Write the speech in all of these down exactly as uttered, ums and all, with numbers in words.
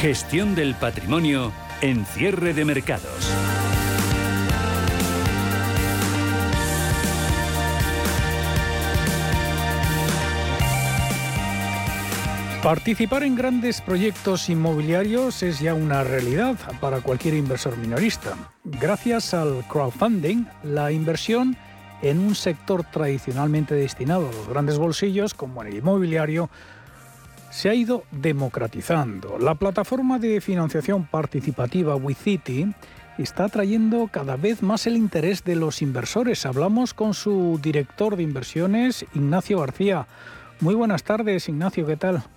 Gestión del patrimonio en cierre de mercados. Participar en grandes proyectos inmobiliarios es ya una realidad para cualquier inversor minorista. Gracias al crowdfunding, la inversión en un sector tradicionalmente destinado a los grandes bolsillos, como en el inmobiliario, se ha ido democratizando. La plataforma de financiación participativa WeCity está atrayendo cada vez más el interés de los inversores. Hablamos con su director de inversiones, Ignacio García. Muy buenas tardes, Ignacio, ¿qué tal?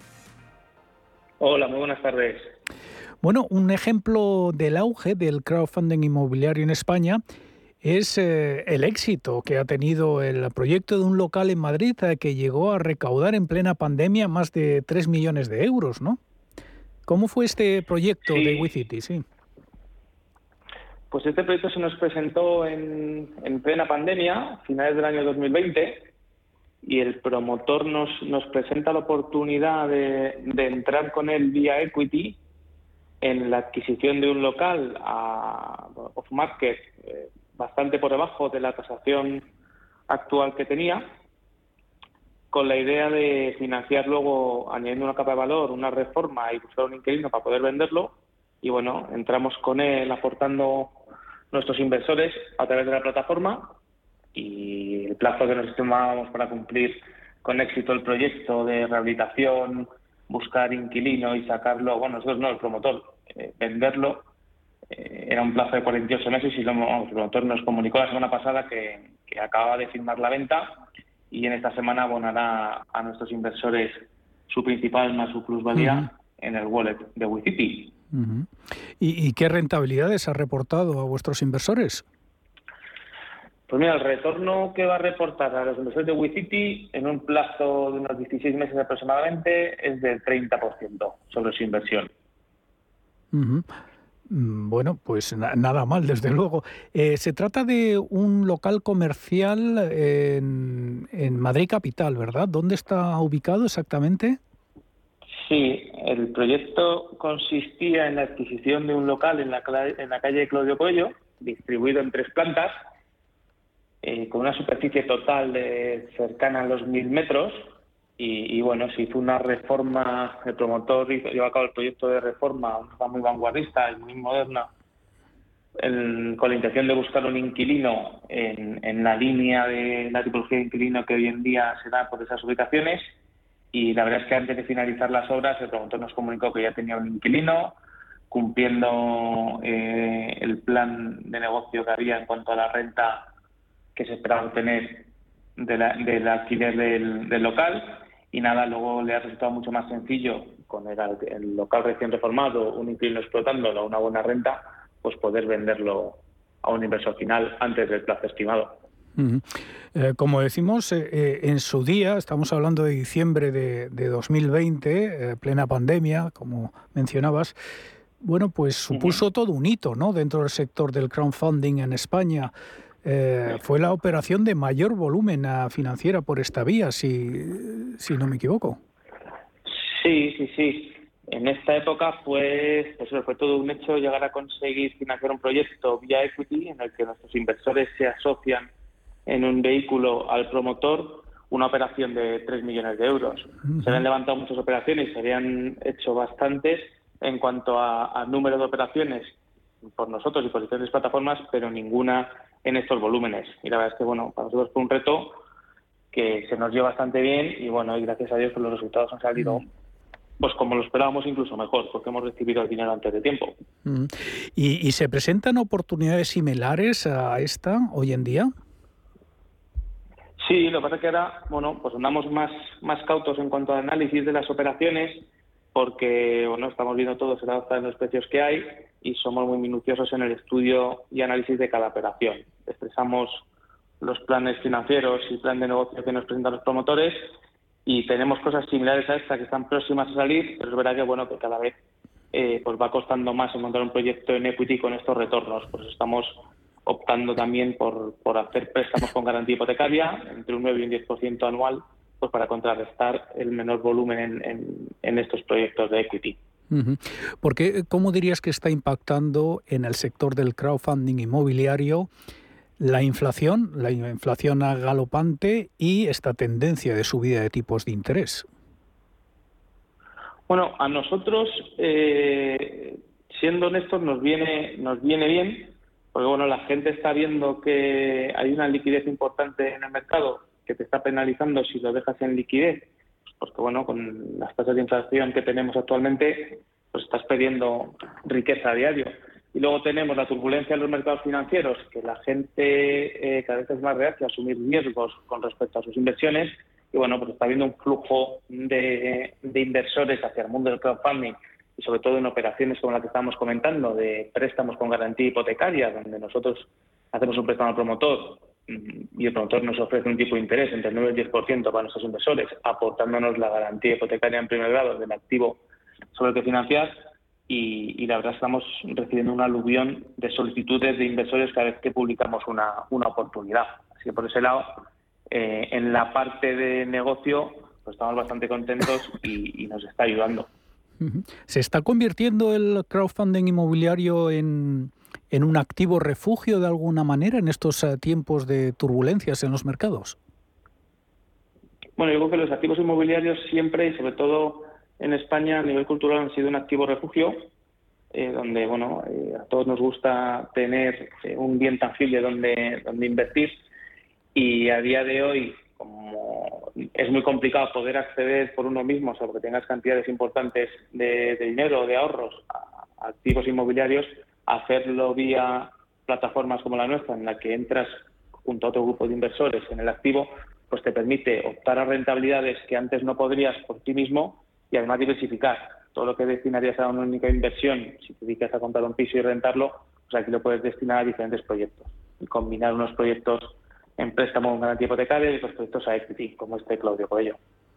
Hola, muy buenas tardes. Bueno, un ejemplo del auge del crowdfunding inmobiliario en España es eh, el éxito que ha tenido el proyecto de un local en Madrid eh, que llegó a recaudar en plena pandemia más de tres millones de euros, ¿no? ¿Cómo fue este proyecto sí. de WeCity? Sí. Pues este proyecto se nos presentó en, en plena pandemia, a finales del año dos mil veinte, y el promotor nos, nos presenta la oportunidad de, de entrar con él vía equity en la adquisición de un local a off-market eh, bastante por debajo de la tasación actual que tenía, con la idea de financiar luego, añadiendo una capa de valor, una reforma y buscar un inquilino para poder venderlo. Y bueno, entramos con él aportando nuestros inversores a través de la plataforma, y el plazo que nos estimábamos para cumplir con éxito el proyecto de rehabilitación, buscar inquilino y sacarlo, bueno, nosotros no, el promotor, eh, venderlo, eh, era un plazo de cuarenta y ocho meses y lo, vamos, el promotor nos comunicó la semana pasada que, que acaba de firmar la venta y en esta semana abonará a nuestros inversores su principal más su plusvalía uh-huh. en el wallet de WeCity. Uh-huh. ¿Y, ¿Y qué rentabilidades ha reportado a vuestros inversores? Pues mira, el retorno que va a reportar a los inversores de WeCity en un plazo de unos dieciséis meses aproximadamente es del treinta por ciento sobre su inversión. Uh-huh. Bueno, pues na- nada mal, desde luego. Eh, se trata de un local comercial en, en Madrid capital, ¿verdad? ¿Dónde está ubicado exactamente? Sí, el proyecto consistía en la adquisición de un local en la, en la calle Claudio Coello, distribuido en tres plantas, Eh, con una superficie total de cercana a los mil metros y, y bueno, se hizo una reforma, el promotor hizo, llevó a cabo el proyecto de reforma, una reforma muy vanguardista y muy moderna, en, con la intención de buscar un inquilino en, en la línea de la tipología de inquilino que hoy en día se da por esas ubicaciones, y la verdad es que antes de finalizar las obras el promotor nos comunicó que ya tenía un inquilino, cumpliendo eh, el plan de negocio que había en cuanto a la renta que se esperaba obtener de la, del alquiler del, del local, y nada, luego le ha resultado mucho más sencillo, con el, el local recién reformado, un inquilino explotándolo a una buena renta, pues poder venderlo a un inversor final antes del plazo estimado. Uh-huh. Eh, como decimos, eh, eh, en su día, estamos hablando de diciembre de, de dos mil veinte, eh, plena pandemia, como mencionabas, bueno, pues supuso uh-huh. todo un hito, ¿no?, dentro del sector del crowdfunding en España. Eh, fue la operación de mayor volumen financiera por esta vía, si, si no me equivoco. Sí, sí, sí. En esta época fue, pues, fue todo un hecho llegar a conseguir financiar un proyecto vía equity en el que nuestros inversores se asocian en un vehículo al promotor, una operación de tres millones de euros. Uh-huh. Se habían levantado muchas operaciones, se habían hecho bastantes en cuanto a, a número de operaciones por nosotros y por diferentes plataformas, pero ninguna en estos volúmenes. Y la verdad es que, bueno, para nosotros fue un reto que se nos dio bastante bien y, bueno, y gracias a Dios pues los resultados han salido pues como lo esperábamos, incluso mejor, porque hemos recibido el dinero antes de tiempo. Mm. ¿Y, ¿Y se presentan oportunidades similares a esta hoy en día? Sí, lo que pasa es que ahora, bueno, pues andamos más, más cautos en cuanto al análisis de las operaciones, porque, bueno, estamos viendo todo, se alza en los precios que hay y somos muy minuciosos en el estudio y análisis de cada operación. Expresamos los planes financieros y plan de negocio que nos presentan los promotores y tenemos cosas similares a esta que están próximas a salir, pero es verdad que, bueno, que cada vez eh, pues va costando más encontrar un proyecto en equity con estos retornos. Por eso estamos optando también por, por hacer préstamos con garantía hipotecaria entre un nueve y un diez por ciento anual, pues para contrarrestar el menor volumen en, en, en estos proyectos de equity. Uh-huh. Porque, ¿cómo dirías que está impactando en el sector del crowdfunding inmobiliario la inflación, la inflación galopante y esta tendencia de subida de tipos de interés? Bueno, a nosotros, eh, siendo honestos, nos viene, nos viene bien, porque bueno, la gente está viendo que hay una liquidez importante en el mercado que te está penalizando si lo dejas en liquidez, porque bueno, con las tasas de inflación que tenemos actualmente, pues estás perdiendo riqueza a diario. Y luego tenemos la turbulencia en los mercados financieros, que la gente eh, cada vez es más reacia a asumir riesgos con respecto a sus inversiones. Y bueno, pues está habiendo un flujo de, de inversores hacia el mundo del crowdfunding y sobre todo en operaciones como la que estábamos comentando, de préstamos con garantía hipotecaria, donde nosotros hacemos un préstamo al promotor y el promotor nos ofrece un tipo de interés entre el nueve y el diez por ciento para nuestros inversores, aportándonos la garantía hipotecaria en primer grado del activo sobre el que financiar. Y, y la verdad estamos recibiendo un aluvión de solicitudes de inversores cada vez que publicamos una, una oportunidad. Así que por ese lado, eh, en la parte de negocio, pues estamos bastante contentos y, y nos está ayudando. ¿Se está convirtiendo el crowdfunding inmobiliario en, en un activo refugio de alguna manera en estos uh, tiempos de turbulencias en los mercados? Bueno, yo creo que los activos inmobiliarios siempre, y sobre todo en España, a nivel cultural, han sido un activo refugio, eh, donde bueno, eh, a todos nos gusta tener eh, un bien tangible donde, donde invertir, y a día de hoy, como es muy complicado poder acceder por uno mismo, o sea, porque tengas cantidades importantes de, de dinero, de ahorros, a, a activos inmobiliarios, hacerlo vía plataformas como la nuestra, en la que entras junto a otro grupo de inversores en el activo, pues te permite optar a rentabilidades que antes no podrías por ti mismo, y además diversificar. Todo lo que destinarías a una única inversión, si te dedicas a comprar un piso y rentarlo, pues aquí lo puedes destinar a diferentes proyectos y combinar unos proyectos en préstamo con garantía hipotecaria y otros proyectos a equity, como este Claudio Coello.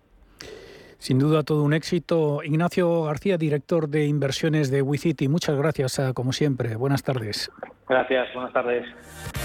Sin duda todo un éxito. Ignacio García, director de inversiones de WeCity, muchas gracias, como siempre. Buenas tardes. Gracias, buenas tardes.